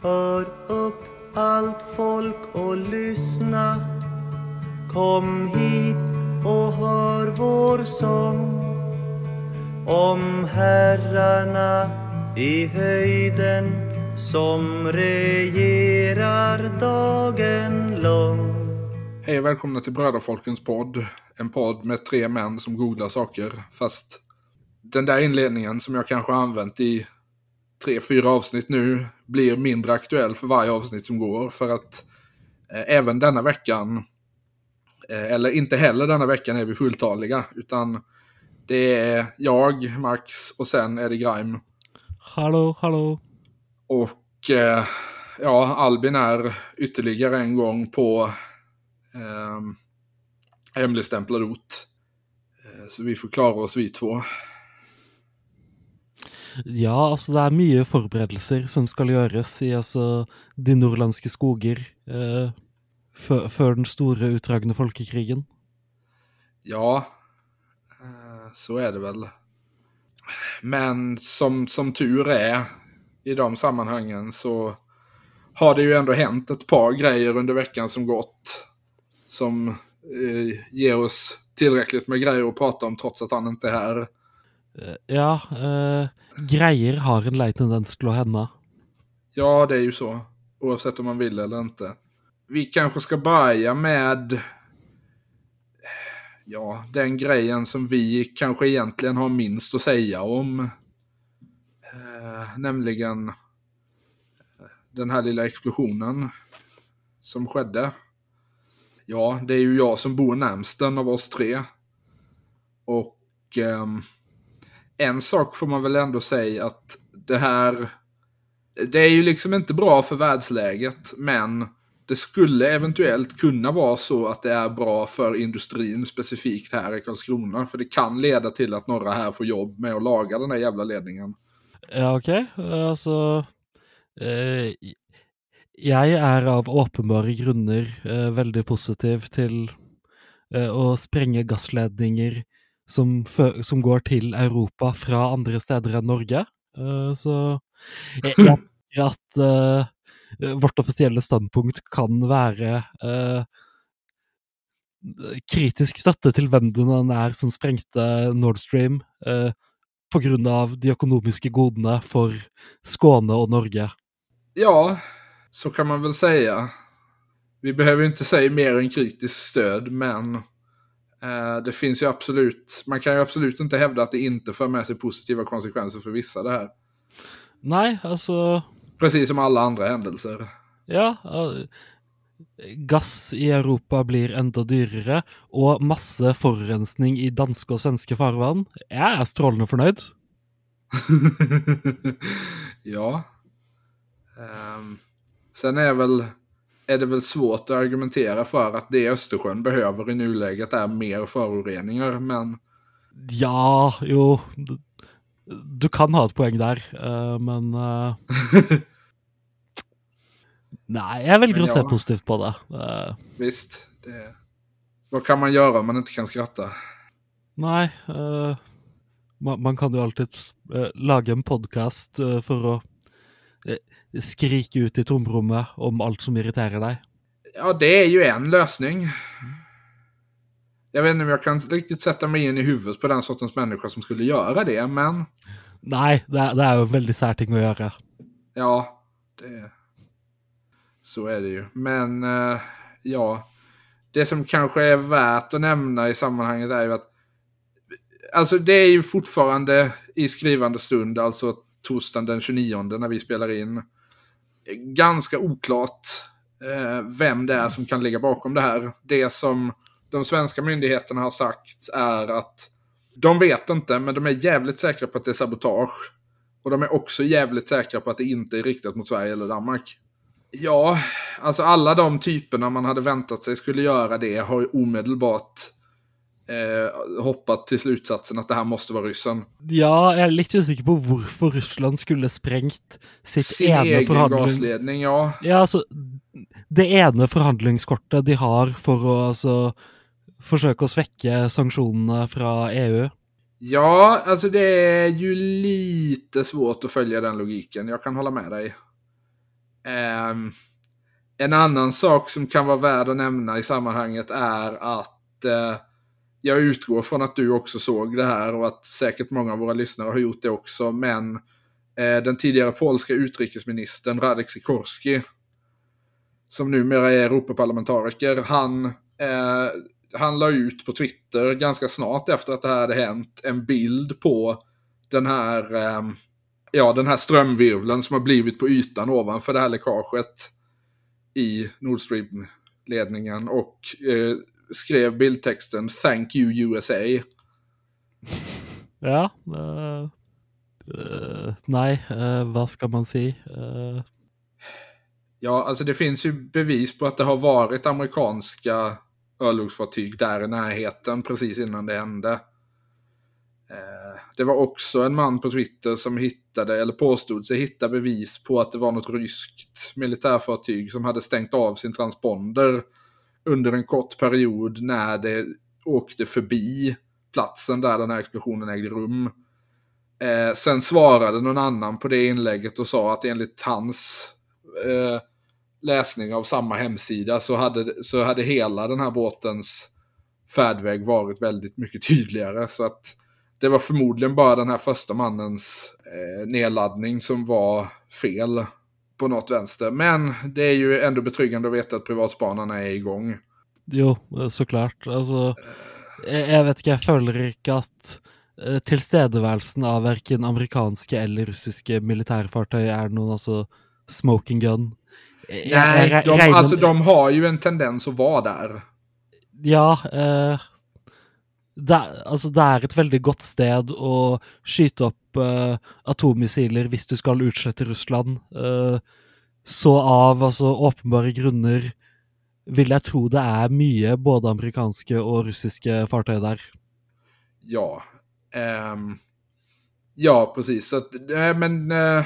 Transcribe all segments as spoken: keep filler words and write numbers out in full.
Hör upp allt folk och lyssna. Kom hit och hör vår sång om herrarna i höjden som regerar dagen lång. Hej och välkomna till Bröderfolkens podd. En podd med tre män som googlar saker. Fast den där inledningen som jag kanske har använt i tre, fyra avsnitt nu blir mindre aktuell för varje avsnitt som går. För att eh, även denna veckan, eh, eller inte heller denna veckan är vi fulltaliga. Utan det är jag, Max och sen är det Grime. Hallå, hallå. Och eh, ja, Albin är ytterligare en gång på eh, hemligstämplad ort. Eh, så vi får klara oss vi två. Ja, altså det er mye forberedelser som skal gjøres i altså, de nordlandske skoger eh, før, før den store utdragne folkekrigen. Ja, eh, så är det väl. Men som, som tur är i de sammanhangen så har det ju ändå hänt ett par grejer under veckan som gått. Som eh, ger oss tillräckligt med grejer att prata om trots att han inte är här. Eh, ja, eh, greier har en lei tendens til å hende. Ja, det är ju så. Oavsett om man vill eller inte. Vi kanske ska börja med ja, den grejen som vi kanske egentligen har minst att säga om. Eh, nämligen den här lilla explosionen som skedde. Ja, det är ju jag som bor närmast den av oss tre. Och eh, en sak får man väl ändå säga att det här, det är ju liksom inte bra för världsläget, men det skulle eventuellt kunna vara så att det är bra för industrin specifikt här i Karlskrona. För det kan leda till att några här får jobb med att laga den här jävla ledningen. Ja, ok. Altså, eh, jeg er av åpenbare grunner eh, veldig positiv til eh, å sprenge gassledninger som, fø- som går til Europa fra andre steder enn Norge. Eh, så jeg, jeg tenker at eh, vårt offisielle standpunkt kan være eh, kritisk støtte til hvem det nå er som sprengte Nord Stream eh, på grund av de ekonomiska godene för Skåne och Norge. Ja, så kan man väl säga. Vi behöver inte säga mer än kritiskt stöd, men eh, det finns ju absolut, man kan ju absolut inte hävda att det inte för med sig positiva konsekvenser för vissa det här. Nej, alltså... Precis som alla andra händelser. Ja, uh, gass i Europa blir enda dyrare och masse forurensning i danske och svenska farvann. Jag är strålande förnöjd. Ja. Um, sen är väl är det väl svårt att argumentera för att det Östersjön behöver i nuläget är mer föroreningar, men ja, jo du, du kan ha ett poäng där, uh, men uh... nej, jag väljer men att ja. se positivt på det. Uh... Visst, det... vad kan man göra om man inte kan skratta? Nej, uh... man, man kan ju alltid uh, laga en podcast uh, för att uh, skrika ut i tomrummet om allt som irriterar dig. Ja, det är ju en lösning. Jag vet inte om jag kan riktigt sätta mig in i huvudet på den sortens människa som skulle göra det, men... Nej, det är, det är ju en väldigt särting att göra. Ja, det... så är det ju. Men, uh, ja... det som kanske är värt att nämna i sammanhanget är ju att... alltså det är ju fortfarande i skrivande stund, alltså torsdagen den tjugonionde när vi spelar in. Ganska oklart eh, vem det är som kan ligga bakom det här. Det som de svenska myndigheterna har sagt är att de vet inte, men de är jävligt säkra på att det är sabotage. Och de är också jävligt säkra på att det inte är riktat mot Sverige eller Danmark. Ja, alltså alla de typerna man hade väntat sig skulle göra det har ju omedelbart eh, hoppat till slutsatsen att det här måste vara ryssen. Ja, jag är lite osäker på varför Ryssland skulle sprängt sitt Sin ena egen förhandling... gasledning, ja. Ja, alltså det ena förhandlingskortet de har för att alltså, försöka sväcka sanktionerna från E U. Ja, alltså det är ju lite svårt att följa den logiken. Jag kan hålla med dig. Um, en annan sak som kan vara värd att nämna i sammanhanget är att uh, jag utgår från att du också såg det här och att säkert många av våra lyssnare har gjort det också, men uh, den tidigare polska utrikesministern Radek Sikorski, som numera är Europaparlamentariker, han, uh, han la ut på Twitter ganska snart efter att det här hade hänt en bild på den här, um, ja, den här strömvirvlen som har blivit på ytan ovanför det här läckaget i Nord Stream-ledningen och uh, skrev bildtexten "Thank you U S A". Ja, uh, uh, nej, uh, vad ska man säga? Uh... Ja, alltså det finns ju bevis på att det har varit amerikanska örlogsfartyg där i närheten precis innan det hände. Uh, det var också en man på Twitter som hittade, eller påstod sig hitta bevis på att det var något ryskt militärfartyg som hade stängt av sin transponder under en kort period när det åkte förbi platsen där den här explosionen ägde rum. Eh, sen svarade någon annan på det inlägget och sa att enligt hans eh, läsning av samma hemsida så hade, så hade hela den här båtens färdväg varit väldigt mycket tydligare. Så att det var förmodligen bara den här första mannens eh, nedladdning som var fel på något vänster. Men det är ju ändå betryggande att veta att privatspanarna är igång. Jo, såklart. Alltså, jag vet inte, jag följer inte att uh, tilstedeværelsen av varken amerikanska eller russiska militärfartyg är någon alltså smoking gun. Nej, jag, jag, de, regner... alltså de har ju en tendens att vara där. Ja, uh, det, alltså det är ett väldigt gott sted att skjuta upp uh, atommissiler hvis du ska utsletta Ryssland. Uh, så av alltså uppenbara grunder vill jag tro det är mycket både amerikanska och ryska fartyg där. Ja. Um, ja, precis. Så att, äh, men uh,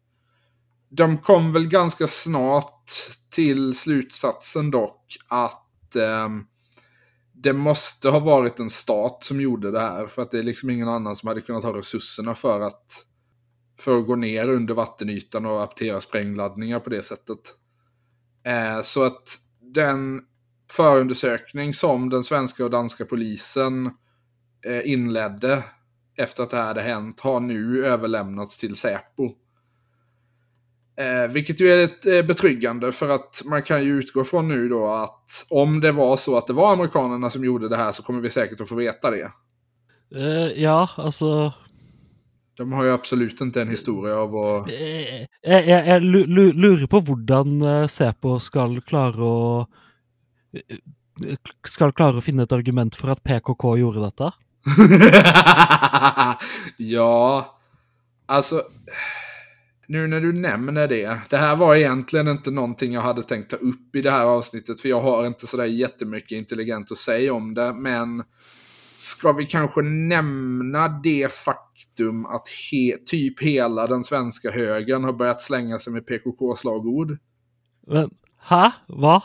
de kom väl ganska snart till slutsatsen dock att um, det måste ha varit en stat som gjorde det här, för att det är liksom ingen annan som hade kunnat ha resurserna för att för att gå ner under vattenytan och aptera sprängladdningar på det sättet. Uh, så att den förundersökning som den svenska och danska polisen eh, inledde efter att det här hade hänt har nu överlämnats till Säpo. Eh, vilket ju är ett eh, betryggande, för att man kan ju utgå från nu då att om det var så att det var amerikanerna som gjorde det här så kommer vi säkert att få veta det. Uh, ja, alltså... De har ju absolut inte en historia av att... Jag, jag, jag lurer på hur Säpo ska klara att ska klara att finna ett argument för att P K K gjorde detta. Ja, alltså nu när du nämner det, det här var egentligen inte någonting jag hade tänkt ta upp i det här avsnittet, för jag har inte sådär jättemycket intelligent att säga om det, men ska vi kanske nämna det faktum att he- typ hela den svenska högern har börjat slänga sig med P K K-slagord? Men, ha? Va?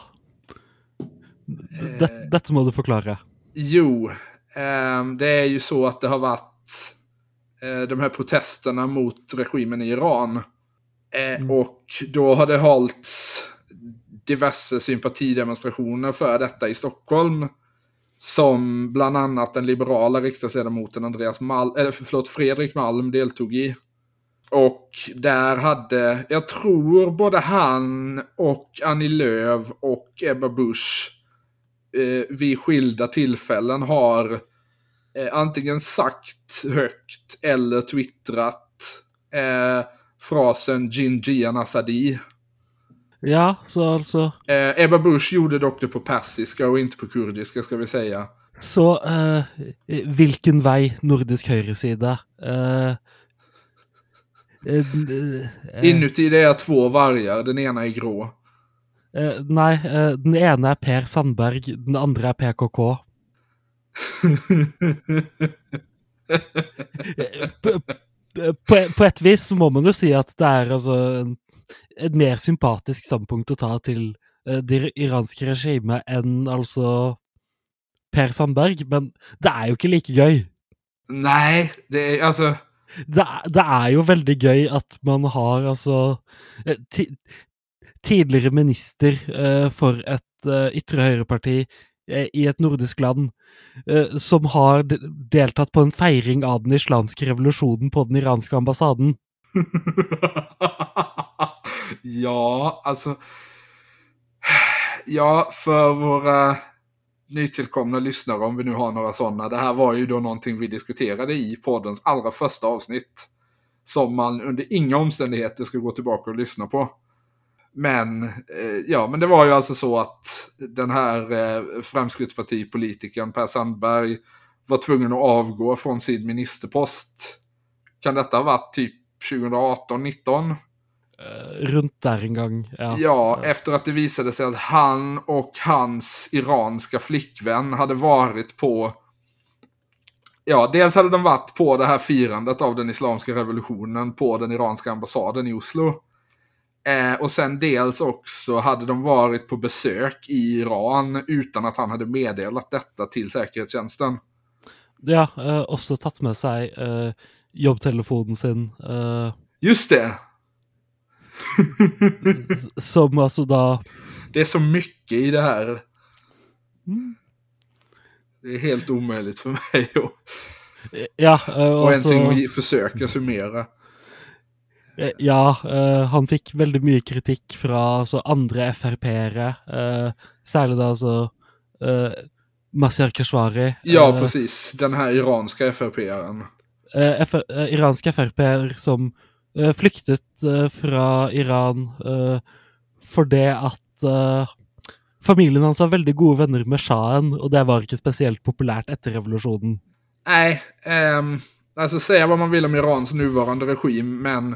Det, eh, detta må du förklara. Jo, eh, det är ju så att det har varit eh, de här protesterna mot regimen i Iran. Eh, mm. Och då har det hållits diverse sympatidemonstrationer för detta i Stockholm, som bland annat den liberala riksdagsledamoten Andreas Malm, eller förlåt, Fredrik Malm deltog i. Och där hade, jag tror både han och Annie Lööf och Ebba Busch eh, vid skilda tillfällen har eh, antingen sagt högt eller twittrat eh, frasen Jin Jian Asadi. Ja, så alltså. Eh, Ebba Busch gjorde dock det på persiska och inte på kurdiska, ska vi säga. Så uh, vilken väg nordisk högersida? Uh, uh, uh, Inuti det är två vargar, den ena är grå. Uh, nej, uh, den ena är Per Sandberg, den andra är P K K. på, på, på ett vis så må man ju säga att det är alltså en ett mer sympatisk standpunkt att ta till uh, det iranska regimet än alltså Per Sandberg, men det är ju inte lika göj. Nej, det är alltså det, det är ju väldigt göj att man har alltså t- tidligere minister uh, for et uh, ytre høyreparti uh, i et nordisk land, uh, som har de deltatt på en feiring av den islamske revolusjonen på den iranske ambassaden. Ja, alltså... Ja, för våra nytillkomna lyssnare, om vi nu har några sådana. Det här var ju då någonting vi diskuterade i poddens allra första avsnitt. Som man under inga omständigheter ska gå tillbaka och lyssna på. Men, eh, ja, men det var ju alltså så att den här eh, Fremskrittspartipolitikern Per Sandberg var tvungen att avgå från sin ministerpost. Kan detta ha varit typ tjugo arton nitton? Uh, runt där en gång, ja. Ja, efter att det visade sig att han och hans iranska flickvän hade varit på... Ja, dels hade de varit på det här firandet av den islamska revolutionen på den iranska ambassaden i Oslo. Eh, och sen dels också hade de varit på besök i Iran utan att han hade meddelat detta till säkerhetstjänsten. Ja, uh, också tagit med sig uh, jobbtelefonen sin. Uh... Just det! Som alltså då... Det är så mycket i det här. Mm. Det är helt omöjligt för mig att... Ja, och, och ens så... försöka summera. Ja, uh, han fick väldigt mycket kritik från alltså, andra F R P-are. Uh, särskilt alltså uh, Mazyar Keshvari. Ja, uh, precis. Den här iranska F R P-aren. Uh, F- uh, iranska F R P-are som uh, flyktet uh, från Iran uh, för det att uh, familjen hans har väldigt goda vänner med shahen, och det var inte speciellt populärt efter revolutionen. Nej, um, alltså säga vad man vill om Irans nuvarande regim, men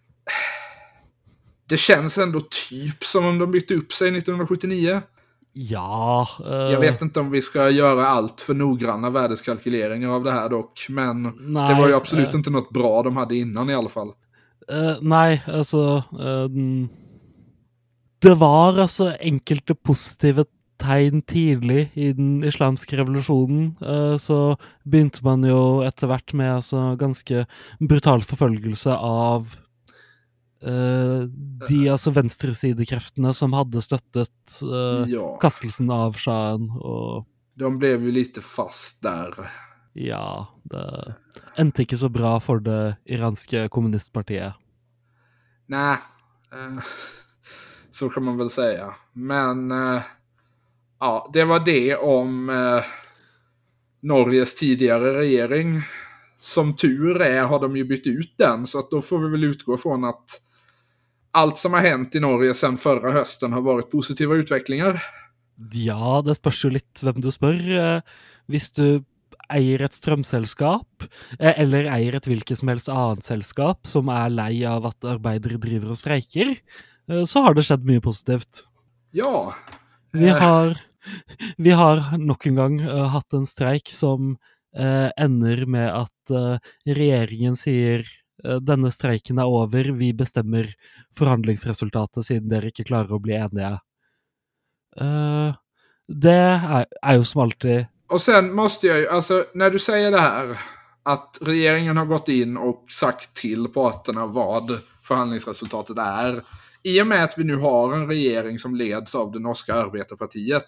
det känns ändå typ som om de bytte upp sig nittonhundrasjuttionio. Ja. Uh... Jag vet inte om vi ska göra allt för noggranna värdeskalkyleringar av det här dock, men nej, det var ju absolut uh... inte något bra de hade innan i alla fall. Uh, nej, alltså uh, det var alltså enkelte positiva tegn tidlig i den islamska revolutionen, uh, så begynte man ju efterhvert med alltså ganska brutal förföljelse av uh, de alltså vänstersidekrafterna som hade stöttat uh, ja. kastelsen av shahen, och de blev ju lite fast där. Ja, det endte inte så bra för det iranska kommunistpartiet. Nej, uh, så kan man väl säga. Men uh, ja, det var det om uh, Norges tidigare regering. Som tur är har de ju bytt ut den, så att då får vi väl utgå från att allt som har hänt i Norge sedan förra hösten har varit positiva utvecklingar. Ja, det spörs ju lite vem du spör. Uh, hvis du eier ett strömselskap, uh, eller eier ett vilket som helst annat sällskap som är lei av att arbetare driver och strejker, uh, så har det skett mycket positivt. Ja. Vi har, vi har nog en gång uh, haft en strejk som uh, ender med att uh, regeringen säger uh, denna strejken är över, vi bestämmer förhandlingsresultatet sedan de inte klarar att bli eniga. Uh, det är, är ju som alltid. Och sen måste jag ju, alltså när du säger det här, att regeringen har gått in och sagt till parterna vad förhandlingsresultatet är, i och med att vi nu har en regering som leds av det norska arbetarpartiet,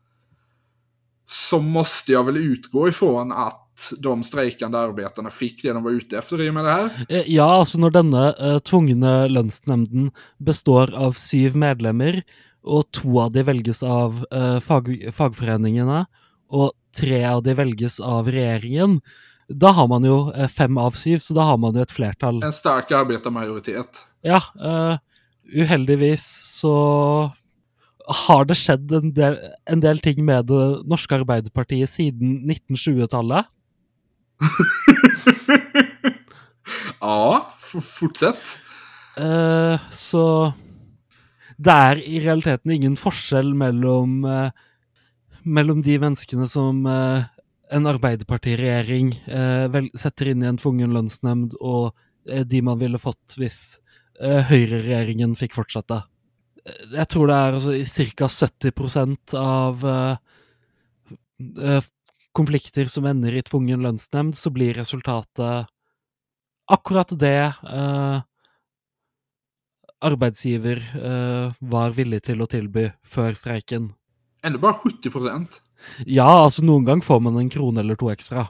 så måste jag väl utgå ifrån att de strejkande arbetarna fick det de var ute efter i och med det här. Ja, alltså när denna uh, tvungne lønnsnemnden består av syv medlemmer, och två av de väljes av uh, fag, fagforeningene, och tre av de väljes av regeringen, då har man ju uh, fem av syv, så då har man ju ett flertal. En stark arbetarmajoritet. Ja, uh, uheldigvis så har det skjedd en del, en del ting med det norska arbeiderpartiet siden nitten tjugo-tallet. Ja, f- fortsätt. Uh, så det är i realiteten ingen forskjell mellan uh, mellan de menneskene som uh, en arbeiderpartiregjering uh, vel, setter inn i en tvungen lønnsnemnd, og uh, de man ville fått hvis uh, høyreregjeringen fikk fortsette. Jeg tror det er altså, i cirka sytti prosent av uh, uh, konflikter som ender i tvungen lønnsnemnd, så blir resultatet akkurat det uh, arbeidsgiver uh, var villig til å tilby før streiken. Ändå bara sjuttio procent. Ja, altså noen gang får man en krone eller to extra.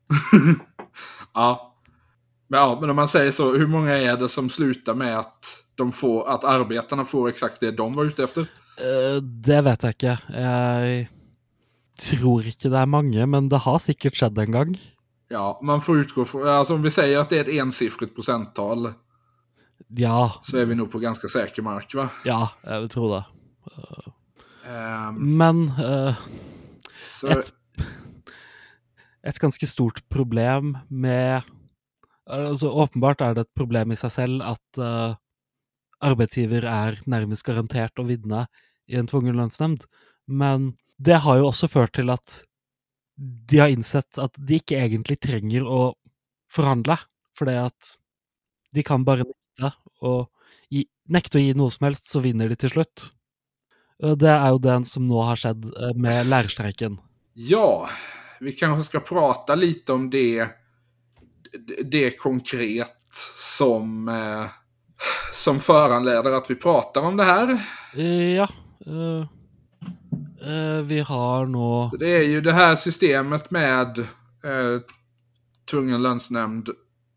Ja. Men, ja, men om man säger så, hur många är det som slutar med att de får, att arbetarna får exakt det de var ute efter? Uh, det vet jeg ikke. Jeg tror ikke det er mange, men det har sikkert skjedd en gang. Ja, man får utgå från, alltså om vi säger att det är ett ensiffrigt procenttal. Ja. Så är vi nog på ganska säker mark, va? Ja, jeg tror det. Uh, um, men uh, så... et, et ganske stort problem med, altså åpenbart er det et problem i seg selv at uh, arbeidsgiver er nærmest garantert å vinne i en tvungen lønnsnemnd, men det har jo også ført til at de har innsett at de ikke egentlig trenger å forhandle, fordi at de kan bare nekte å gi, nekte å gi noe som helst, så vinner de til slutt. Det er jo den som nå har skjedd med lærerstreiken. Ja, vi kanske ska prata lite om det, det konkret som, eh, som föranleder att vi pratar om det här. Ja, uh, uh, vi har nå... Det är ju det här systemet med eh, tvungen lönsnämnd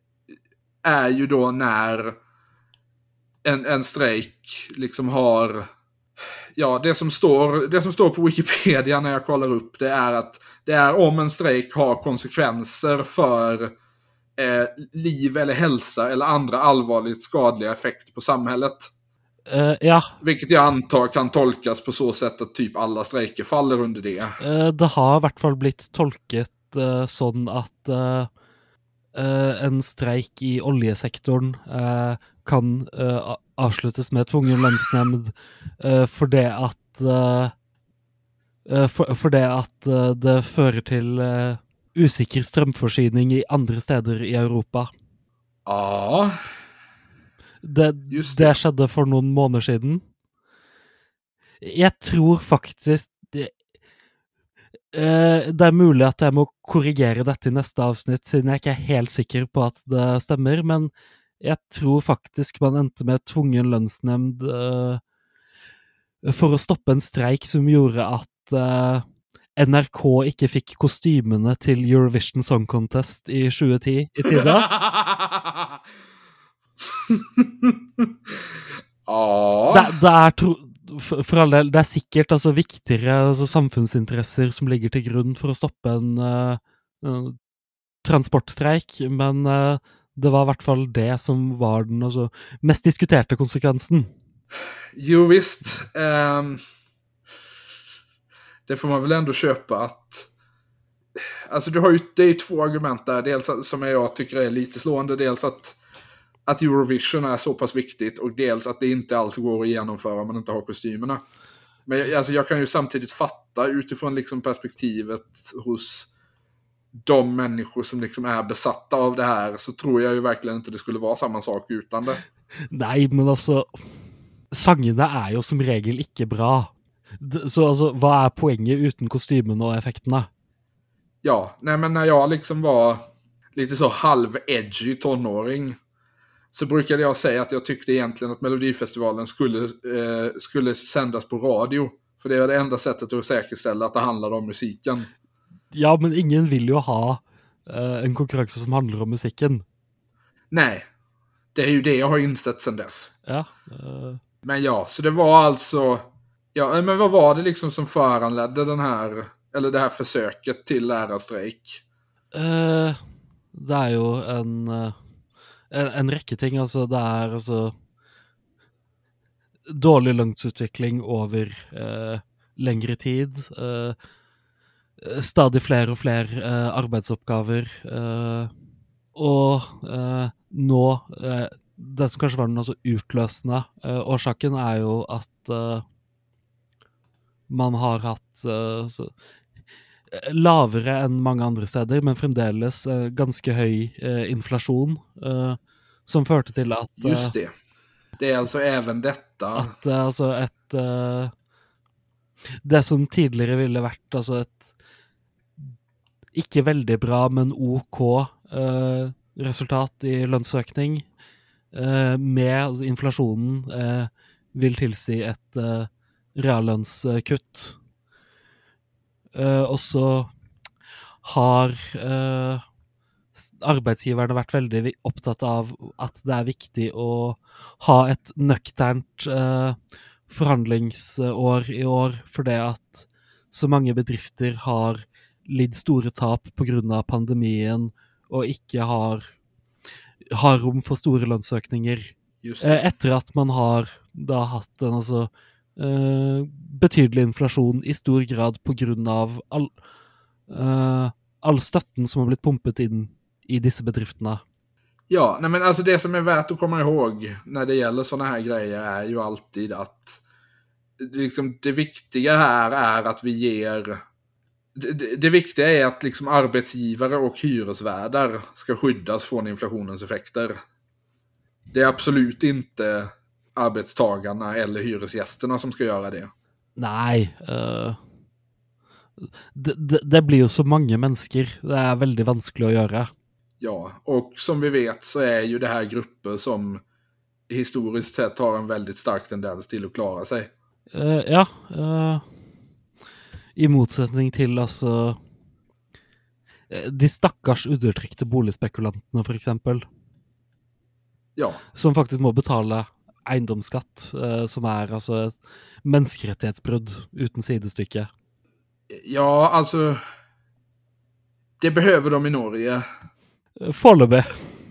är ju då när en, en strejk liksom har... Ja, det som står det som står på Wikipedia när jag kollar upp det är att det är om en strejk har konsekvenser för eh, liv eller hälsa eller andra allvarligt skadliga effekter på samhället. Uh, ja. Vilket jag antar kan tolkas på så sätt att typ alla strejker faller under det. Uh, det har i hvert fall blitt tolket uh, sånn at uh, uh, en streik i oljesektoren uh, kan uh, avsluttes med tvungen lønnsnemnd uh, for det at uh, uh, for, for det at uh, det fører til uh, usikker strømforsyning i andre steder i Europa. Ja. Det, det. det skjedde for noen måneder siden. Jeg tror faktisk det, uh, det er mulig at jeg må korrigere dette i neste avsnitt, siden jeg ikke er helt sikker på at det stemmer, men jeg tror faktisk man endte med tvungen lønnsnemnd uh, for å stoppe en streik som gjorde at uh, N R K ikke fikk kostymene til Eurovision Song Contest i tjue ti i tida. Ja. Det, det er tro, for, for alle, det er sikkert altså, viktigere altså, samfunnsinteresser som ligger til grunn for å stoppe en uh, uh, transportstreik, men uh, det var i hvert fall det som var den altså, mest diskuterte konsekvensen. Jo visst. Um, det får man väl ändå köpa att... Alltså du har ju, det är ju två argument där. Dels som jag tycker är lite slående. Dels att, att Eurovision är så pass viktigt. Och dels att det inte alls går att genomföra om man inte har kostymerna. Men alltså, jag kan ju samtidigt fatta utifrån liksom perspektivet hos... de människor som liksom är besatta av det här, så tror jag ju verkligen inte det skulle vara samma sak utan det. Nej, men alltså sangene är ju som regel inte bra. Så alltså, vad är poängen utan kostymen och effekterna? Ja, nej men när jag liksom var lite så halv-edgy tonåring så brukade jag säga att jag tyckte egentligen att Melodifestivalen skulle, eh, skulle sändas på radio. För det är det enda sättet att säkerställa att det handlar om musiken. Ja, men ingen vill ju ha uh, en konkurrens som handlar om musiken. Nej, det är ju det jag har insett sedan dess. Ja. Uh... Men ja, så det var alltså... Ja, men vad var det liksom som föranledde den här... Eller det här försöket till lärarstrejk? Uh, det är ju en... Uh, en, en räcke ting, alltså det är alltså... Dålig lönsutveckling över uh, längre tid. Uh, stadig fler og fler uh, arbeidsoppgaver uh, og uh, nå uh, det som kanskje var den altså, utløsende uh, årsaken er jo at uh, man har hatt uh, så, lavere enn mange andre steder, men fremdeles uh, ganske høy uh, inflasjon uh, som førte til at uh, just det, det är alltså även detta at uh, altså et uh, det som tidligere ville vært altså et ikke veldig bra, men OK uh, resultat i lønnsøkning eh, med altså, inflasjonen eh, vil tilsi et eh, reallønnskutt. Eh, og så har eh, arbeidsgiverne vært veldig vi- opptatt av at det er viktig å ha et nøkternt eh, forhandlingsår i år, for det at så mange bedrifter har lidd store tap på grunn av pandemien og ikke har, har rom for store lønnsøkninger. Just Eh, det. etter at man har da hatt en altså, eh, betydelig inflasjon i stor grad på grunn av all, eh, all støtten som har blitt pumpet inn i disse bedriftene. Ja, nej men alltså det som är värt att komma ihåg när det gäller såna här grejer är ju alltid att liksom, det viktiga här är att vi ger... Det, det, det viktiga är att liksom arbetsgivare och hyresvärdar ska skyddas från inflationens effekter. Det är absolut inte arbetstagarna eller hyresgästerna som ska göra det. Nei, eh, det, det, det blir jo så mange mennesker. Det er veldig vanskelig å gjøre. Ja, och som vi vet så är ju det här grupper som historiskt sett har en väldigt stark tendens till att klara sig. Eh, ja, eh, i motsetning til altså eh, de stakkars undertrykte boligspekulantene for eksempel, Ja, som faktisk må betale eiendomsskatt, eh, som er altså et menneskerettighetsbrudd uten sidestykke. ja alltså det behöver de i Norge. Eh, Foreløpig.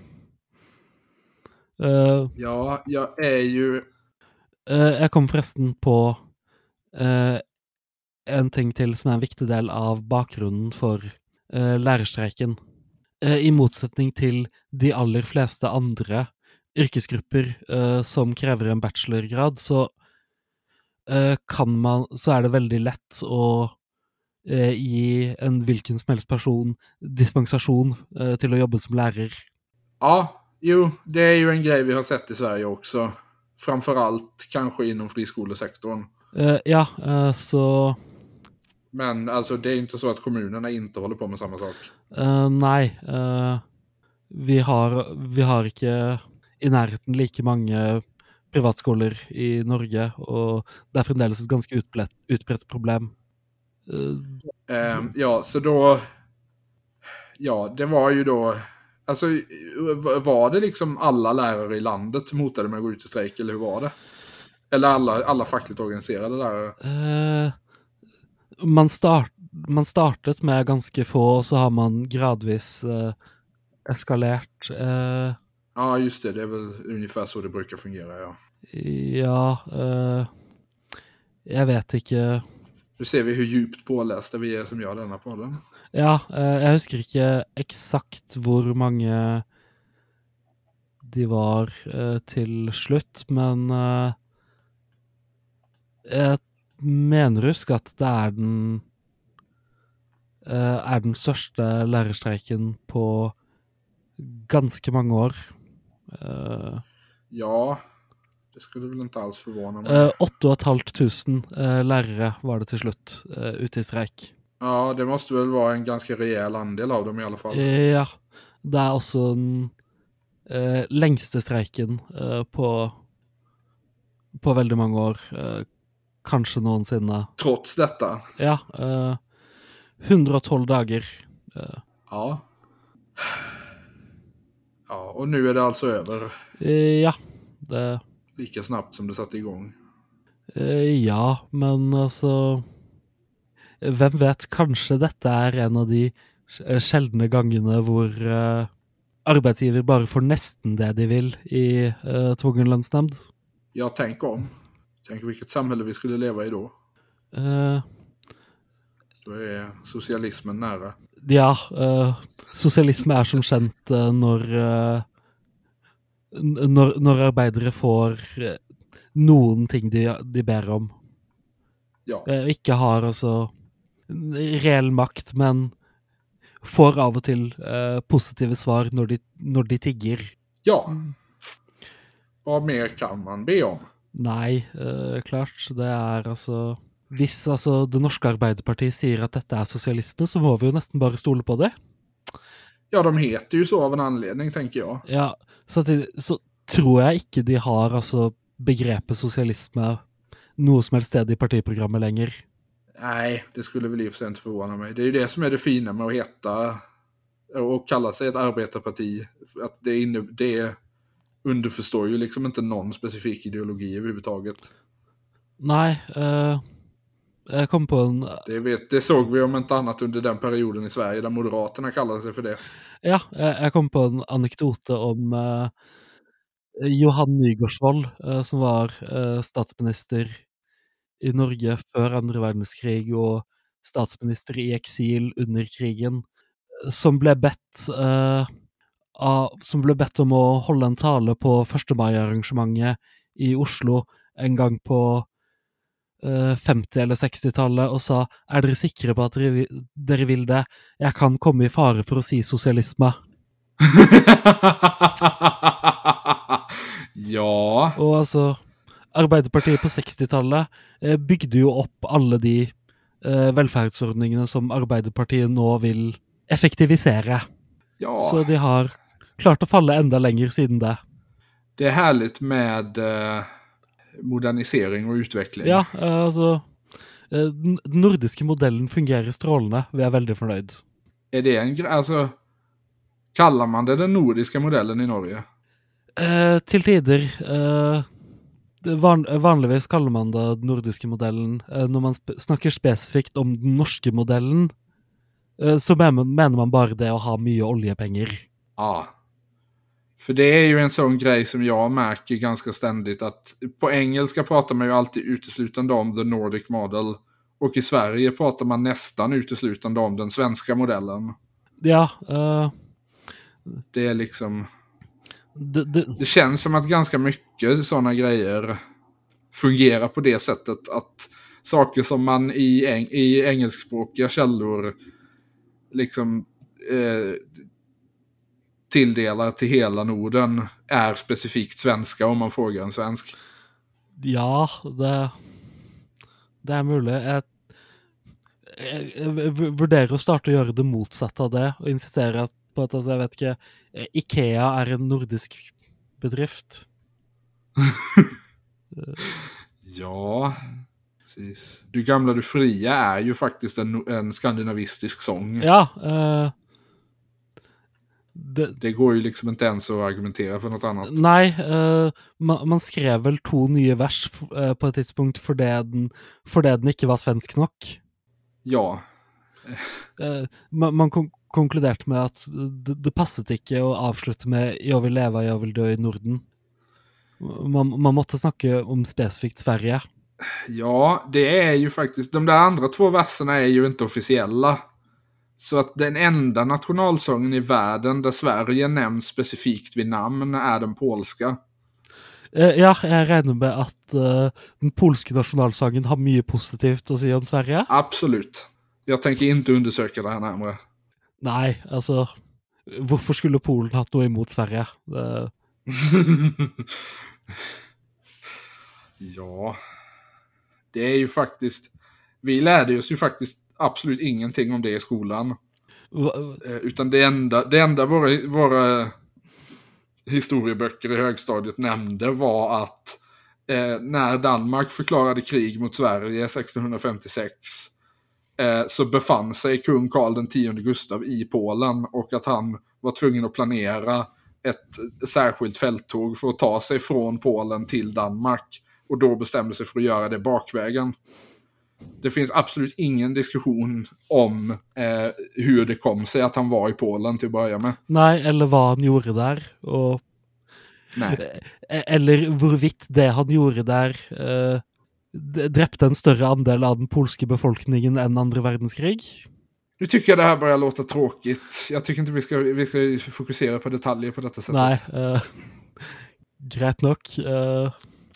Eh, Ja, jag är ju... eh, jeg kom forresten på eh, en ting til som er en viktig del av bakgrunnen for eh, lærerstreiken. Eh, I motsetning til de aller fleste andre yrkesgrupper eh, som krever en bachelorgrad, så eh, kan man, så er det veldig lett å eh, gi en hvilken som helst person dispensasjon eh, til å jobbe som lærer. Ja, jo, det är ju en grej vi har sett i Sverige också. Framförallt kanske inom friskolesektorn. Eh, ja, eh, så Men alltså det är inte så att kommunerna inte håller på med samma sak. eh, nei, eh, vi har, vi har ikke i nærheten like mange privatskoler i Norge, og det er fremdeles et ganske utbredt, utbredt problem. Eh, Eh, ja, så då... Ja, det var ju då... Alltså, var det liksom alla lärare i landet som hotade med att gå ut i strejk, eller hur var det? Eller alla, alla fackligt organiserade lärare? eh, man, start, man startet med ganske få, og så har man gradvis eh, eskalert. Eh, Ja, just det. Det är väl ungefär så det brukar fungera, ja. ja, eh, jeg vet ikke... Nu ser vi hur djupt pålästa vi är som gör denna podden. Ja, eh, jeg husker ikke eksakt hvor mange de var eh, til slutt, men eh, jeg mener husk at det er den eh, er den største lærerstreiken på ganske mange år. Eh, Ja, det skulle väl inte alls förvåna mig. eh, åtte og et halvt tusen eh, lærere var det til slutt eh, ute i streik. Ja, det måste väl vara en ganska rejäl andel av dem i alla fall. Eh, ja, det er også den eh, lengste streiken eh, på, på veldig mange år, eh, kanskje noensinne. Trots detta. Ja, eh, hundre og tolv dager. Eh, Ja. Ja, och nu är det alltså över eh, ja, det, lika snabbt som det satte igång. eh, ja, men altså, hvem vet, kanskje dette er en av de sj- sjeldne gangene hvor eh, arbeidsgiver bare får nesten det de vil i eh, tvungen lønnsnemnd. Ja, tänk om. Tänk vilket samhälle vi skulle leva i då. Eh, Då är socialismen nära. Ja, eh, sosialisme er som kjent eh, når, eh, n- når, når arbeidere får eh, noen ting de, de ber om. Ja, Eh, ikke har altså reell makt, men får av og til eh, positive svar når de, når de tigger. ja. Vad mer kan man be om? Nei, eh, klart, det er altså... Hvis altså det norske Arbeiderpartiet sier at dette er sosialisme, så må vi jo nesten bare stole på det. Ja, de heter ju så av en anledning, tänker jag. Ja, samtidig så tror jeg ikke de har altså, begrepet sosialisme noe som helst sted i partiprogrammet lenger. Nej, det skulle väl i och för sig inte förvåna mig. Det är ju det som är det fina med att heta och kalla sig ett arbetarparti. Att det, inne, det underförstår ju liksom inte någon specifik ideologi överhuvudtaget. Nej, uh, jag kom på en... Det, vet, det såg vi om inte annat under den perioden i Sverige där Moderaterna kallade sig för det. Ja, jag kom på en anekdote om uh, Johan Nygårdsvold uh, som var uh, statsminister i Norge før andre verdenskrig og statsminister i eksil under krigen, som ble bedt, uh, av, som ble bedt om å holde en tale på første mai-arrangementet i Oslo en gang på uh, femti- eller seksti-tallet, og sa, er dere sikre på at dere, dere vil det? Jeg kan komme i fare for å si sosialisme. Ja. Og altså... Arbeiderpartiet på seksti-tallet eh, bygde jo opp alle de eh, velferdsordningene som Arbeiderpartiet nå vil effektivisere. Ja. Så de har klart å falle enda längre siden det. Det är härligt med eh, modernisering och utveckling. Ja, eh, alltså eh, den nordiska modellen fungerar strålande. Vi är väldigt förnöjd. Är det en alltså kallar man det den nordiska modellen i Norge? Eh, till tider eh, Van, vanligvis kaller man det den nordiske modellen. Eh, når man sp- snakker spesifikt om den norske modellen, eh, så mener, mener man bare det å ha mye oljepenger. Ja. För det är ju en sån grej som jag märker ganska ständigt att på engelska pratar man ju alltid uteslutande om the Nordic model och i Sverige pratar man nästan uteslutande om den svenska modellen. Ja. Eh, det är liksom... Det, det... det känns som att ganska mycket sådana grejer fungerar på det sättet att saker som man i, eng- i engelskspråkiga källor liksom eh, tilldelar till hela Norden är specifikt svenska om man frågar en svensk. Ja, det, det är möjligt. Jag, jag, jag vurderer att starta och göra det motsatta av det och insistera på att, alltså, jag vet inte, Ikea är en nordisk bedrift. Ja, precis. Du gamla du fria är ju faktiskt en, en skandinavistisk sång. Ja, uh, det, det går ju liksom inte ens att argumentera för något annat. Nej, uh, man, man skrev väl två nya vers uh, på ett tidspunkt för det den, för det den inte var svensk nog. Ja. uh, man, man kon- konkluderte med att det, det passade inte att avsluta med jag vill leva, jag vill dö i Norden. Man, man måste snacka om specifikt Sverige. Ja, det är ju faktiskt... De där andra två verserna är ju inte officiella. Så att den enda nationalsången i världen där Sverige nämns specifikt vid namn är den polska. Uh, ja, jag räknar med att uh, den polska nationalsången har mycket positivt att säga om Sverige. Absolut. Jag tänker inte undersöka det här närmare. Nej, alltså... Varför skulle Polen ha något emot Sverige? Uh... ja... Det är ju faktiskt... Vi lärde oss ju faktiskt absolut ingenting om det i skolan. Va? Utan det enda, det enda våra, våra historieböcker i högstadiet nämnde var att eh, när Danmark förklarade krig mot Sverige sextonhundrafemtiosex eh, så befann sig kung Karl den tionde Gustav i Polen och att han var tvungen att planera ett särskilt fälttåg för att ta sig från Polen till Danmark. Och då bestämde sig för att göra det bakvägen. Det finns absolut ingen diskussion om eh, hur det kom sig att han var i Polen till att börja med. Nej, eller vad han gjorde där. Och... Nej. Eller hurvitt det han gjorde där eh, dräpte en större andel av den polska befolkningen än andra världskrig. Nu tycker jag det här börjar låta tråkigt. Jag tycker inte vi ska, vi ska fokusera på detaljer på detta sättet. Nej, eh, grejt nog. Eh...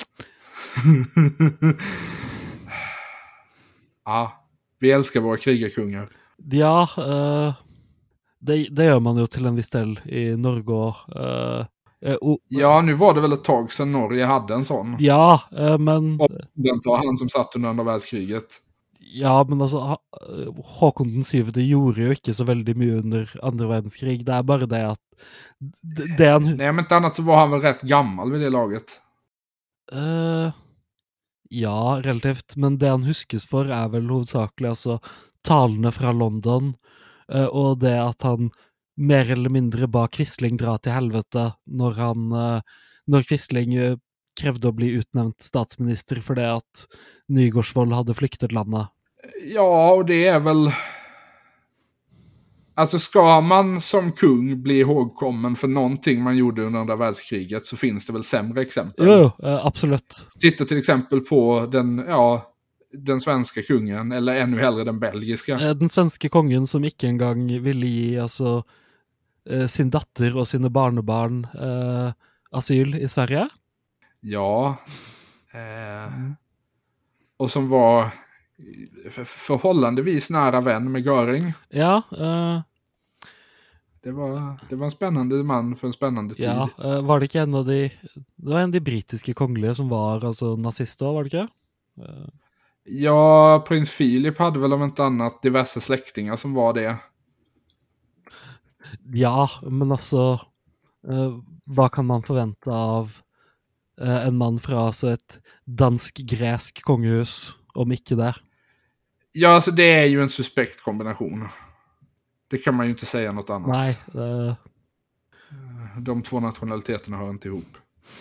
Ja, vi älskar våra krigarkungar. Ja, uh, det, det gör man ju till en viss del i Norge. Uh, uh, ja, nu var det väl ett tag sedan Norge hade en sån. Ja, uh, men... Och den tar han som satt under andra världskriget. Ja, men altså, ha- Håkon den syvende gjorde jo ikke så veldig mye under andre verdenskrig. Det er bare det at det, det han... Nej, men inte annat så var han väl rätt gammal vid det laget. Eh, ja, relativt. Men det han huskes for er vel hovedsakelig altså talene fra London, eh, og det at han mer eller mindre ba Quisling dra til helvete når han, eh, når Quisling eh, krevde å bli utnevnt statsminister for det at Nygårdsvold hadde flyktet landet. Ja, och det är väl... Alltså ska man som kung bli ihågkommen för någonting man gjorde under andra världskriget så finns det väl sämre exempel. Jo, jo, eh, absolut. Titta till exempel på den, ja, den svenska kungen, eller ännu hellre den belgiska. Eh, Den svenske kongen som ikke engang ville gi altså, eh, sin datter og sine barnebarn eh, asyl i Sverige. Ja. Eh, och som var för, förhållandevis nära vän med Göring. Ja, eh, Det var, det var en spännande man för en spännande tid. ja eh, var det ikke en av de det var en av de britiske kongelige som var altså, nazister, var det ikke? Eh, Ja, prins Philip hade väl om inte annat diverse släktingar som var det. ja, men altså eh, hva kan man forvente av eh, en mann fra altså, et dansk-gresk kongehus, om ikke det? Ja, alltså det är ju en suspekt kombination. Det kan man ju inte säga något annat. Nej. Eh, De två nationaliteterna hör inte ihop.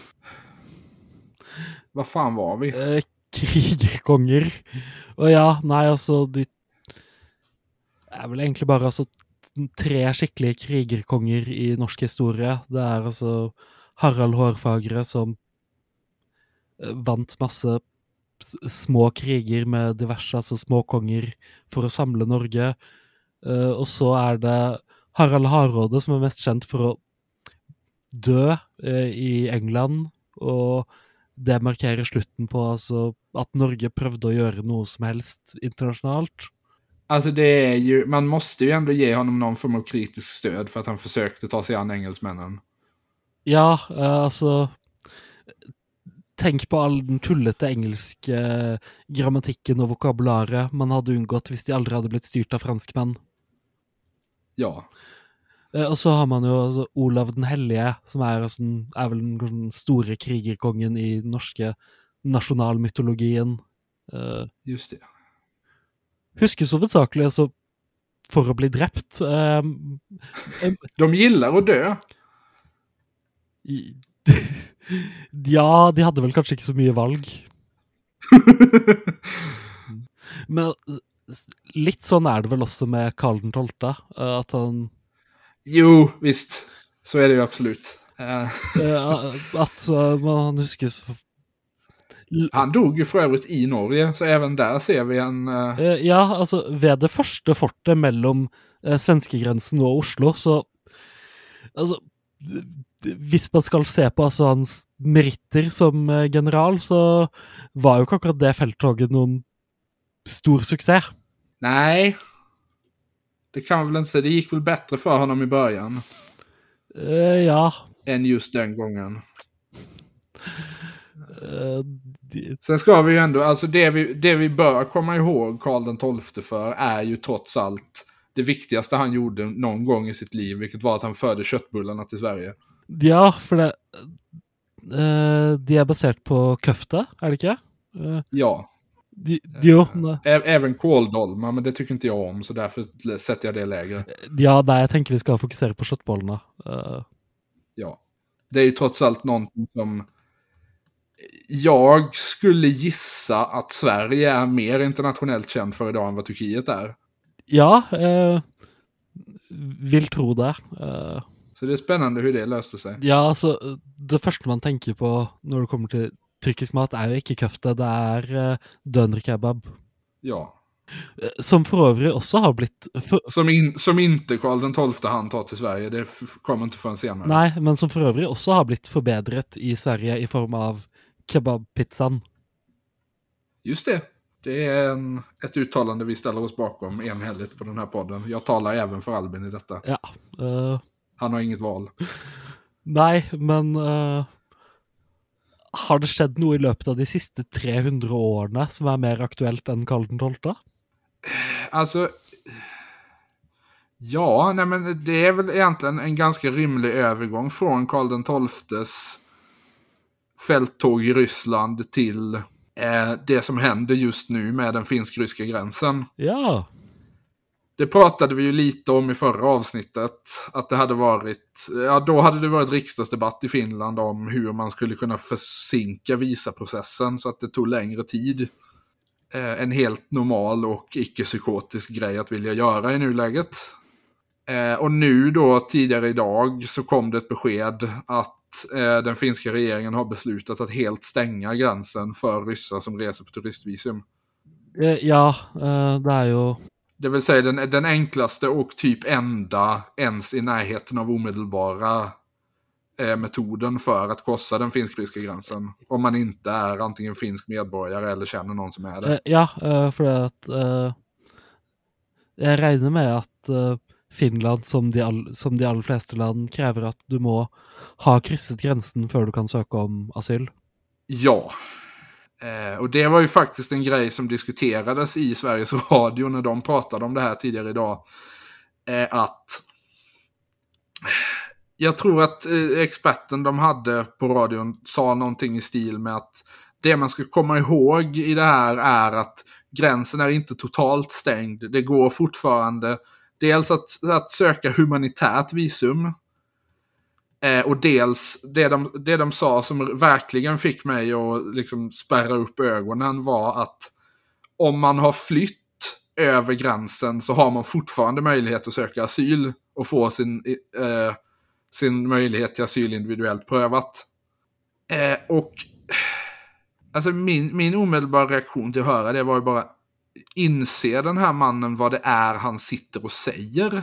Vad fan var vi? eh, krigerkonger. Og ja, nei, altså, de er vel egentlig bare altså, tre skikkelige krigerkonger i norsk historie. Det er altså Harald Hårfagre som eh, vant masse s- små kriger med diverse altså, småkonger for å samle Norge. Eh, og så er det Harald Hardråde som er mest kjent for å dø eh, i England, og det markerer slutten på altså, at Norge prøvde å gjøre noe som helst internationellt. Alltså det är ju, man måste ju ändå ge honom någon form av kritisk stöd för att han försökte ta sig an engelsmännen. Ja, eh, altså tenk på all den tullete engelske eh, grammatikken og vokabularet man hadde unngått hvis de aldri hadde blitt styrt av franskmenn. Ja. Eh, og så har man jo altså, Olav den Hellige, som er, altså, er vel den den store krigerkongen i den norske nasjonalmytologien. Eh, Just det. huskes hovedsakelig altså, for å bli drept. Eh, De gillar att dö. i- ja, de hadde vel kanskje ikke så mye valg. Men s- litt sånn er det vel også med Karl den tolvte, eh, at han Jo, visst. Så är det ju absolut. Eh, eh, at eh, man han huskes for, han dog ju för övrigt i Norge, så även där ser vi en... eh, eh, ja, altså ved det første fortet mellom eh, svenskegrensen og Oslo, så altså d- d- hvis man skal se på altså, hans meritter som eh, general, så var jo ikke akkurat det felttoget noen stor succé. Nej. Det kan man väl inte säga. Det gick väl bättre för honom i början Eh, ja. än just den gången. eh, de, Sen ska vi ju ändå, alltså det vi, det vi bör komma ihåg Karl den tolfte för är ju trots allt det viktigaste han gjorde någon gång i sitt liv, vilket var att han förde köttbullarna till Sverige. ja, for det eh, de er basert på køfte, er det ikke? Eh, Ja, de, jo, ne, ä- även kåldolmar, men det tycker inte jag om, så därför sätter jag det lägre. ja, nei, jeg tenker vi skal fokusere på kjøttbollene. Eh, Ja, det är ju trots allt någonting som jag skulle gissa att Sverige är mer internationellt känd för idag än vad Turkiet är. ja, eh, vil tro det. Eh, Så det är spännande hur det löste sig. ja, altså, det første man tenker på når det kommer til tyrkisk mat, er jo ikke køfte, det er eh, døner kebab. Ja. Eh, Som for øvrig også har blitt for, Som, in, som inte Karl den tolfte han tar till Sverige. Det f- kommer inte förrän senare. Nei, men som for øvrig også har blitt forbedret i Sverige i form av kebabpizzaen. Just det. Det är en, ett uttalande vi ställer oss bakom enhälligt på den här podden. Jag talar även för Albin i detta. Ja. eh, Han har inget val. Nei, men eh, har det skjedd noe i løpet av de siste tre hundre årene som er mer aktuelt enn Karl den tolvte? Alltså, ja, nej men det är väl egentligen en ganska rimlig övergång från Karl den tolftes fälttåg i Ryssland till eh, det som händer just nu med den finsk-ryska gränsen. Ja. Det pratade vi ju lite om i förra avsnittet, att det hade varit, ja då hade det varit riksdagsdebatt i Finland om hur man skulle kunna försinka visaprocessen så att det tog längre tid. Eh, en helt normal och icke-psykotisk grej att vilja göra i nuläget. Eh, och nu då, tidigare idag, så kom det ett besked att eh, den finska regeringen har beslutat att helt stänga gränsen för ryssar som reser på turistvisum. Eh, Ja, eh, det är ju... Det vill säga den, den enklaste och typ enda ens i närheten av omedelbara eh, metoden för att korsa den finsk-ryska gränsen. Om man inte är antingen finsk medborgare eller känner någon som är det. Eh, Ja, eh, för att eh, jag räknar med att eh, Finland, som de, all, som de allra flesta land, kräver att du må ha kryssat gränsen för du kan söka om asyl. Ja. Eh, och det var ju faktiskt en grej som diskuterades i Sveriges Radio när de pratade om det här tidigare idag. Eh, att jag tror att eh, experten de hade på radion sa någonting i stil med att det man ska komma ihåg i det här är att gränsen är inte totalt stängd. Det går fortfarande dels att, att söka humanitärt visum. Eh, och dels det de, det de sa som verkligen fick mig att liksom spärra upp ögonen var att om man har flytt över gränsen så har man fortfarande möjlighet att söka asyl och få sin, eh, sin möjlighet till asyl individuellt prövat. Eh, och alltså min, min omedelbara reaktion till att höra det var ju bara, inser den här mannen vad det är han sitter och säger?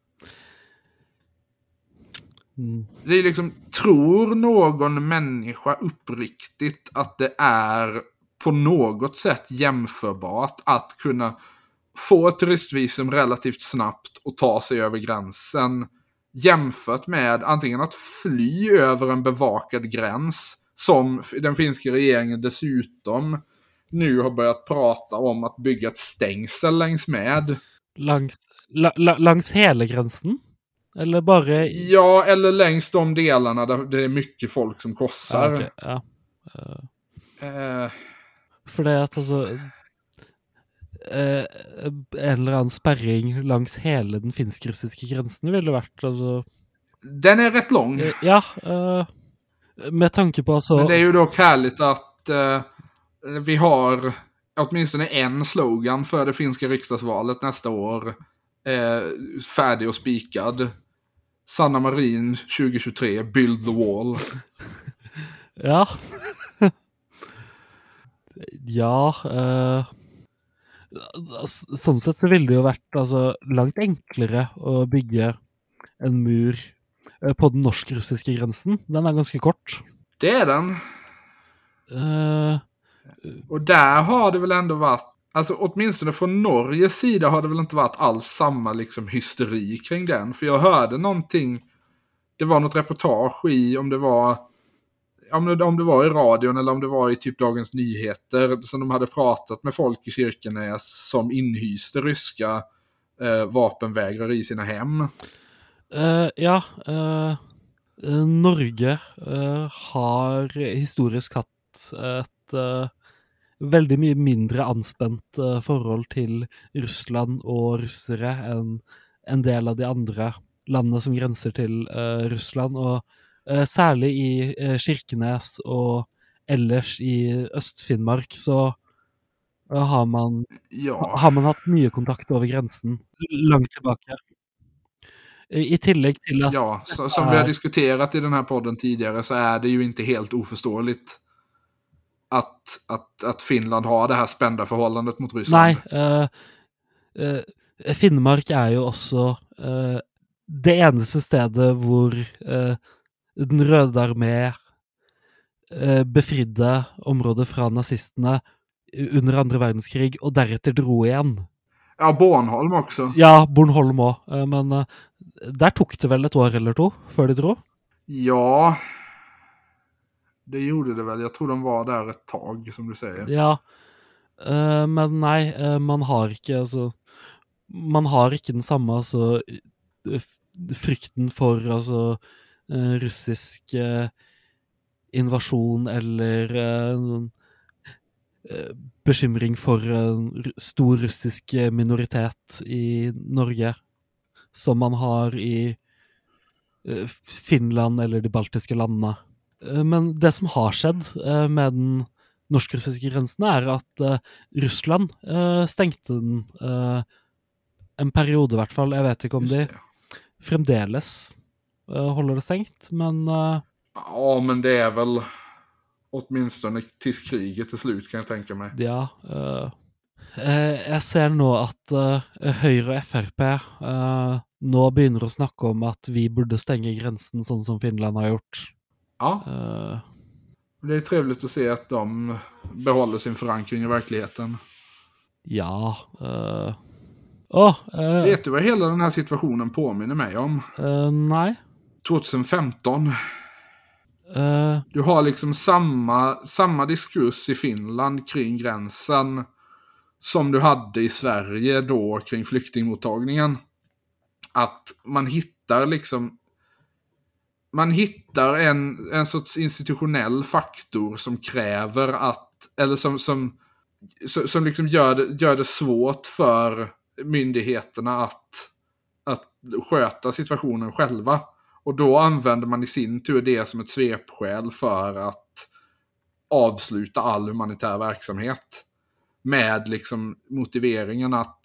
Mm. Det är liksom, tror någon människa uppriktigt att det är på något sätt jämförbart att kunna få ett turistvisum relativt snabbt och ta sig över gränsen jämfört med antingen att fly över en bevakad gräns som den finska regeringen dessutom nu har börjat prata om att bygga ett stängsel längs med. Langs, la, la, langs hela gränsen? Eller bara... Ja, eller längs de delarna där det är mycket folk som korsar. Ja, okay, ja. Uh, uh, för det är att alltså... Uh, en eller annan spärring längs hela den finsk-russiska gränsen vill det varit. Alltså... Den är rätt lång. Uh, ja, uh, med tanke på alltså... Men det är ju dock härligt att uh, vi har åtminstone en slogan för det finska riksdagsvalet nästa år uh, färdig och spikad. Sanna Marin tjugo tjugotre, Build the Wall. Ja. ja. Uh, sånn sett så ville det jo vært altså, langt enklere å bygge en mur uh, på den norsk-russiske grensen. Den är ganska kort. Det är den. Uh, och där har det väl ändå varit, alltså åtminstone från Norges sida har det väl inte varit alls samma liksom hysteri kring den. För jag hörde någonting, det var något reportage i, om det var om det, om det var i radion eller om det var i typ Dagens Nyheter, som de hade pratat med folk i Kirkenes som inhyste ryska eh, vapenvägrare i sina hem. Uh, ja, uh, Norge uh, har historisk hatt ett uh, väldigt mycket mindre anspänt uh, förhåll till Ryssland och russare än en del av de andra länderna som gränsar till uh, Ryssland, och uh, särskilt i uh, Kirkenes och ellers i Östfinnmark så uh, har man ja. har man haft mycket kontakt över gränsen långt tillbaka. I tillägg till att... Ja, så, som vi har diskuterat i den här podden tidigare så är det ju inte helt oförståeligt att, att, att Finland har det här spända förhållandet mot Ryssland. Nej, uh, uh, Finnmark är ju också uh, det eneste stedet hvor uh, den röda armé uh, befridde området från nazisterna under andra världskrig och därefter drog igen. Ja, Bornholm också. Ja, Bornholm också. Men uh, där tog det väl ett år eller två för de drog? Ja, det gjorde det väl. Jag tror de var där ett tag, som du säger. Ja, Eh, men nei, eh, man har ikke altså Man har ikke den samme altså eh, f- frykten for altså eh, russisk eh, invasjon eller eh, sånn, eh, bekymring for en ru- stor russisk eh, minoritet i Norge, som man har i eh, Finland eller de baltiske landene. Eh, Men det som har skjedd eh, med den norsk-russiske grensen, er at eh, Russland eh, stengte den eh, en periode, i hvert fall. Jeg vet ikke om Just de det. fremdeles eh, håller det stängt, men eh, Ja, men det är väl åtminstone tills kriget är slut, kan jag tänka mig. ja. eh, eh, jeg ser nå at eh, Høyre og F R P eh, nå begynner å snakke om at vi burde stenge grensen sånn som Finland har gjort. Ja, Eh, det är trevligt att se att de behåller sin förankring i verkligheten. ja eh, Å, eh, Vet du vad hela den här situationen påminner mig om? eh, nei. tjugohundrafemton. Eh, Du har liksom samma, samma diskurs i Finland kring gränsen som du hade i Sverige då kring flyktingmottagningen. Att man hittar liksom man hittar en, en sorts institutionell faktor som kräver att, eller som, som, som, som liksom gör det, gör det svårt för myndigheterna att, att sköta situationen själva. Och då använder man i sin tur det som ett svepskäl för att avsluta all humanitär verksamhet. Med liksom motiveringen att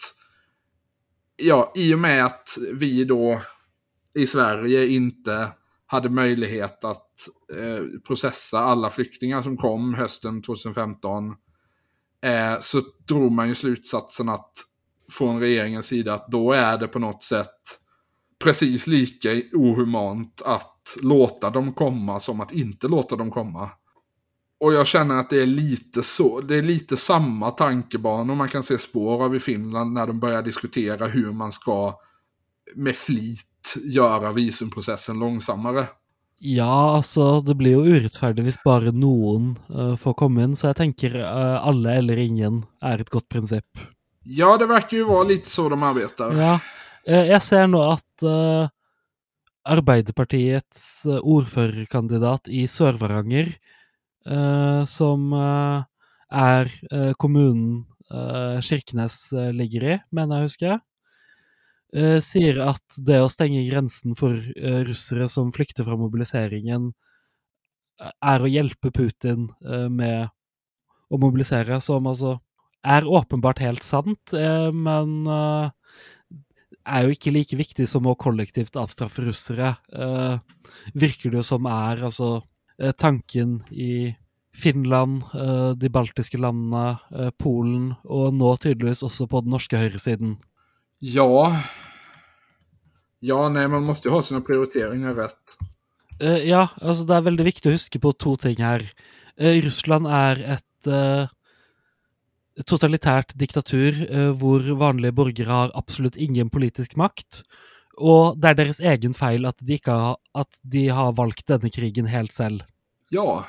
ja, i och med att vi då i Sverige inte hade möjlighet att eh, processa alla flyktingar som kom hösten tjugohundrafemton eh, så drog man ju slutsatsen att från regeringens sida att då är det på något sätt precis lika ohumant att låta dem komma som att inte låta dem komma. Och jag känner att det är lite så, det är lite samma tankebanor man kan se spår av i Finland när de börjar diskutera hur man ska med flit göra visumprocessen långsammare. Ja, altså, det blir jo urettferdig hvis bare noen eh, får komme inn, så jeg tenker eh, alle eller ingen er et godt prinsipp. Ja, det verkar ju vara lite så de arbetar. Ja, eh, jeg ser nå at eh, Arbeiderpartiets eh, ordførerkandidat i Sør-Varanger, eh, som eh, er eh, kommunen eh, Kirkenes eh, ligger i, mener jeg husker, eh, sier at det å stenge grensen for eh, russere som flykter fra mobiliseringen eh, er å hjelpe Putin eh, med å mobilisere, som altså er åpenbart helt sant, eh, men eh, er jo ikke like viktig som å kollektivt avstraffe russere. Eh, virker det jo som er altså eh, tanken i Finland, eh, de baltiske landene, eh, Polen, og nå tydeligvis også på den norske høyresiden. Ja. Ja, nej, man måste ju ha sina prioriteringar rätt. Eh, ja, altså det er veldig viktig å huske på to ting her. Eh, Russland er et eh, totalitært diktatur eh, hvor vanlige borgere har absolutt ingen politisk makt, og det er deres egen feil at de, ikke har, at de har valgt denne krigen helt selv. Ja.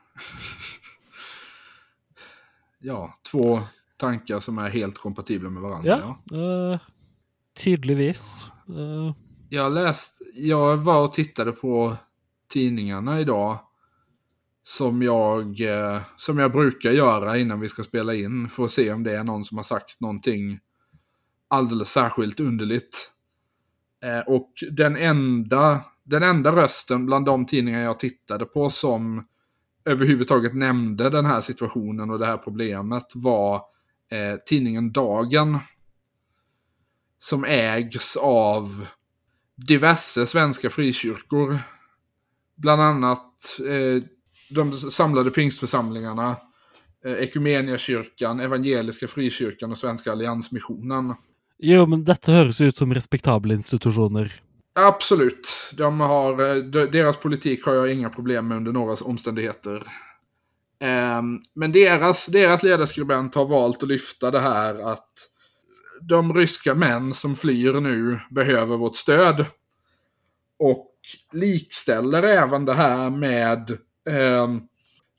Ja, två tankar som är helt kompatibla med varandra. Ja, eh, tydeligvis. Eh, Jag läst, jag var och tittade på tidningarna idag som jag, eh, som jag brukar göra innan vi ska spela in för att se om det är någon som har sagt någonting alldeles särskilt underligt. Eh, och den enda, den enda rösten bland de tidningar jag tittade på som överhuvudtaget nämnde den här situationen och det här problemet var eh, tidningen Dagen, som ägs av diverse svenska frikyrkor. Bland annat eh, de samlade pingstförsamlingarna, eh, Ekumeniakyrkan, Evangeliska frikyrkan och Svenska alliansmissionen. jo, men dette høres ut som respektable institusjoner. Absolut. De har, eh, de, deras politik har jag inga problem med under några omständigheter. Eh, men deras, deras ledarskribent har valt att lyfta det här att de ryska män som flyr nu behöver vårt stöd. Och likställer även det här med eh,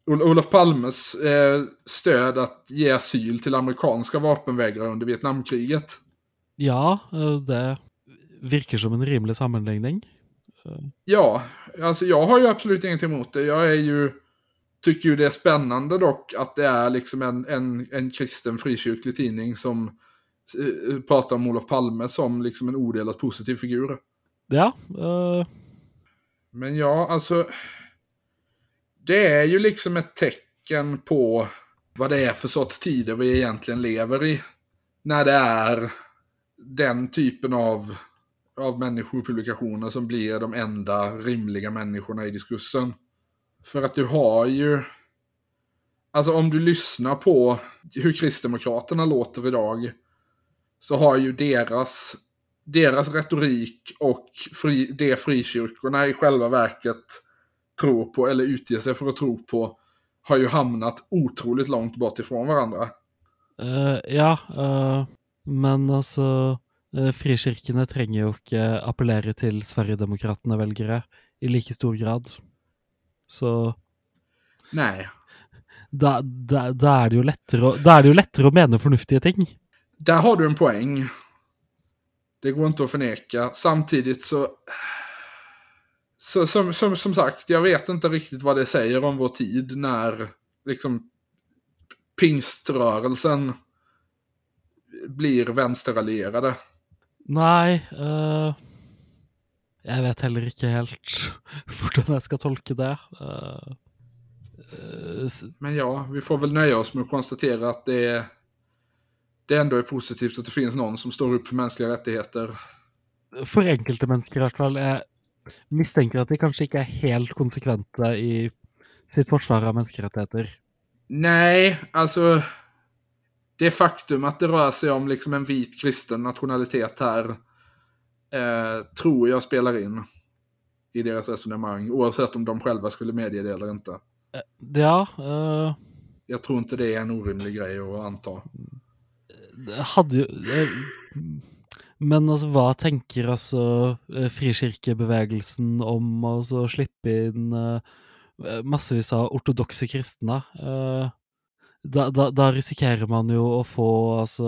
Olof Palmes eh, stöd att ge asyl till amerikanska vapenvägrare under Vietnamkriget. Ja, eh, det virker som en rimlig sammanläggning. Ja, alltså jag har ju absolut ingenting emot det. Jag är ju, tycker ju det är spännande dock att det är liksom en, en, en kristen frikyrklig tidning som eh, pratar om Olof Palme som liksom en odelat positiv figur. Ja. Uh... Men ja, alltså det är ju liksom ett tecken på vad det är för sorts tider vi egentligen lever i. När det är den typen av, av människopublikationer som blir de enda rimliga människorna i diskursen. För att du har ju... Alltså om du lyssnar på hur Kristdemokraterna låter idag så har ju deras, deras retorik och fri, det frikyrkorna i själva verket tror på eller utger sig för att tro på har ju hamnat otroligt långt bort ifrån varandra. Uh, ja, uh, men altså uh, frikirkene trenger jo ikke appellere til Sverigedemokratene velgere i like stor grad. Så Nej. Da, da, da, er det jo lettere å, da er det jo lettere å mene fornuftige ting. Där har du en poäng. Det går inte att förneka. Samtidigt så... Så som, som, som sagt, jag vet inte riktigt vad det säger om vår tid när liksom pingströrelsen blir vänsterallierade. Nej, uh, jag vet heller inte helt hur jag ska tolka det. Uh, uh, Men ja, vi får väl nöja oss med att konstatera att det, det ändå är positivt att det finns någon som står upp för mänskliga rättigheter. För enkelte mennesker i hvert fall. Jeg misstänker att de kanske inte är helt konsekventa i sitt försvar av mänsklighetsrättigheter. Nej, alltså det faktum att det rör sig om liksom en vit kristen nationalitet här eh, tror jag spelar in i deras resonemang, oavsett om de själva skulle medge det eller inte. Ja. Uh... Jag tror inte det är en orimlig grej att anta. Hade ju... Uh... Men alltså, vad tänker alltså frikyrkebevegelsen om alltså slippe in uh, massvis av ortodoxa kristna? Uh, da, da, da risikerar man ju att få alltså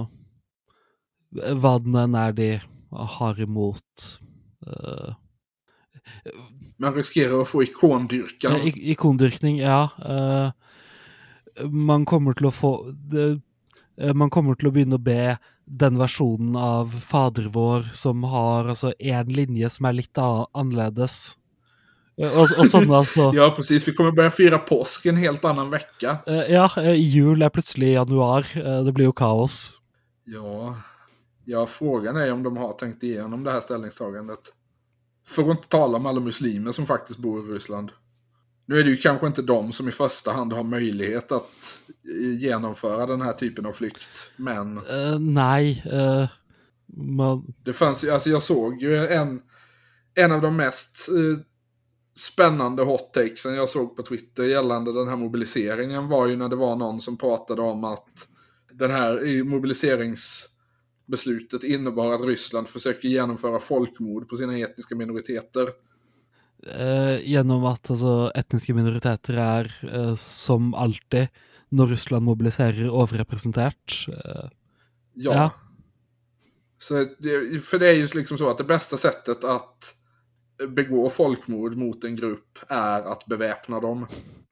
vad den är de har emot. Uh, man riskerar att få ikondyrkan. Uh, ik- ikondyrkning, ja. Uh, man kommer till att få... Det, man kommer till att börja be den versionen av Fader vår som har alltså en linje som är lite annorledes. Och, och sådana så... Ja, precis. Vi kommer börja fira påsk en helt annan vecka. Uh, ja, uh, jul är plötsligt i januar. Uh, det blir ju kaos. Ja. Ja, frågan är om de har tänkt igenom det här ställningstagandet. För att inte tala om alla muslimer som faktiskt bor i Ryssland. Nu är det ju kanske inte de som i första hand har möjlighet att genomföra den här typen av flykt, men... Uh, nej. Uh, man... Det fanns ju, alltså jag såg ju en, en av de mest uh, spännande hot takesen jag såg på Twitter gällande den här mobiliseringen var ju när det var någon som pratade om att den här mobiliseringsbeslutet innebar att Ryssland försöker genomföra folkmord på sina etniska minoriteter. Uh, genom att alltså, etniska minoriteter är uh, som alltid när Ryssland mobiliserar överrepresenterat. Uh, ja. ja. Så det, för det är ju liksom så att det bästa sättet att begå folkmord mot en grupp är att beväpna dem.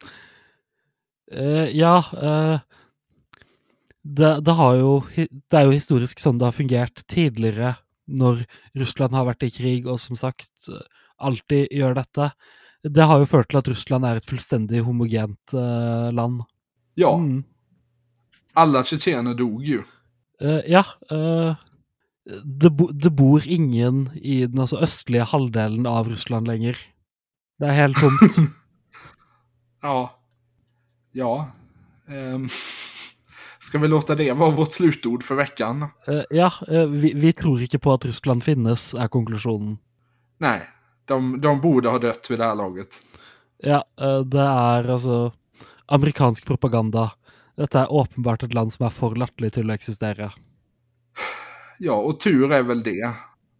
Uh, ja, uh, det, det, har ju, det är ju historiskt som det har fungerat tidigare när Ryssland har varit i krig och som sagt alltid gör detta. Det har ju fört till att Ryssland är ett fullständigt homogent uh, land. Ja. Mm. Alla tjetjener dog ju. Uh, ja. Uh, det, bo, det bor ingen i den alltså, östliga halvdelen av Ryssland längre. Det är helt tomt. Ja. Ja. Um, ska vi låta det vara vårt slutord för veckan? Uh, ja, uh, vi, vi tror inte på att Ryssland finnes, är konklusionen. Nej. De, de borde ha dött vid det här laget. Ja, det är alltså amerikansk propaganda. Detta är uppenbart ett land som är för latterligt till att existera. Ja, och tur är väl det.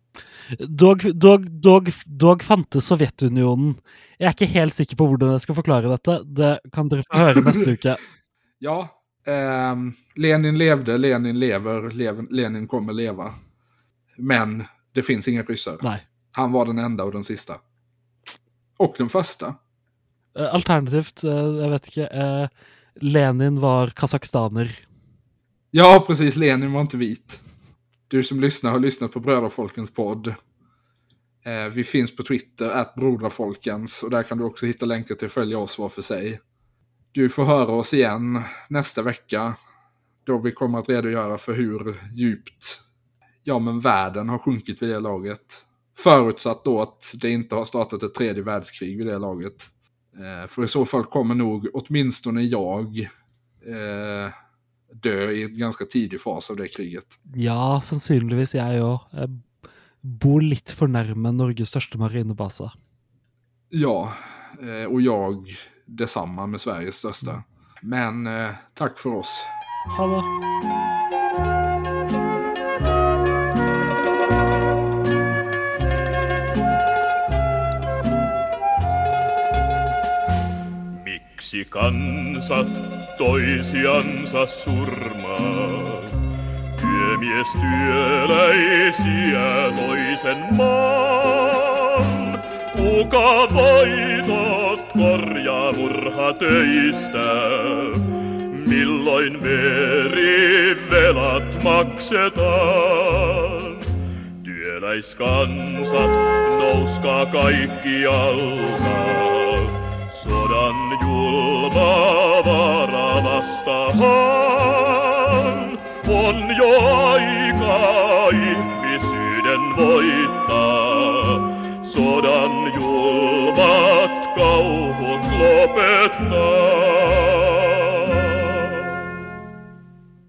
Dog, dog, dog, dog fantes Sovjetunionen. Jeg er ikke helt sikker på hvordan jeg skal forklare dette. Det kan dere få høre neste uke. Ja, eh, Lenin levde, Lenin lever, Lev- Lenin kommer leva. Men det finns inga ryssar. Nej. Han var den enda och den sista. Och den första. Eh, Alternativt, eh, jag vet inte, eh, Lenin var kazakhstaner. Ja, precis. Lenin var inte vit. Du som lyssnar har lyssnat på Brödrafolkens podd. Eh, vi finns på Twitter, at Brodrafolkens. Och där kan du också hitta länkar till att följa oss var för sig. Du får höra oss igen nästa vecka. Då vi kommer att redogöra för hur djupt ja, men världen har sjunkit vid det laget. Förutsatt då att det inte har startat ett tredje världskrig vid det laget. Eh, för i så fall kommer nog åtminstone jag eh, dö i en ganska tidig fas av det kriget. Ja, sannsynligvis jeg jo. Jeg bor litt for nærme Norges største marinebase. Ja, eh, och jag detsamma med Sveriges största. Men eh, tack för oss. Ha det. Miksi kansat toisiansa surmaa? Työmies työläisiä toisen maan. Kuka voitot korjaa murhatöistä? Milloin verivelat maksetaan? Työläiskansat, nouskaa kaikkialta. Sodan julmaa vaara vastaan. On jo aika ihmisyyden voittaa. Sodan julmat kauhut lopettaa.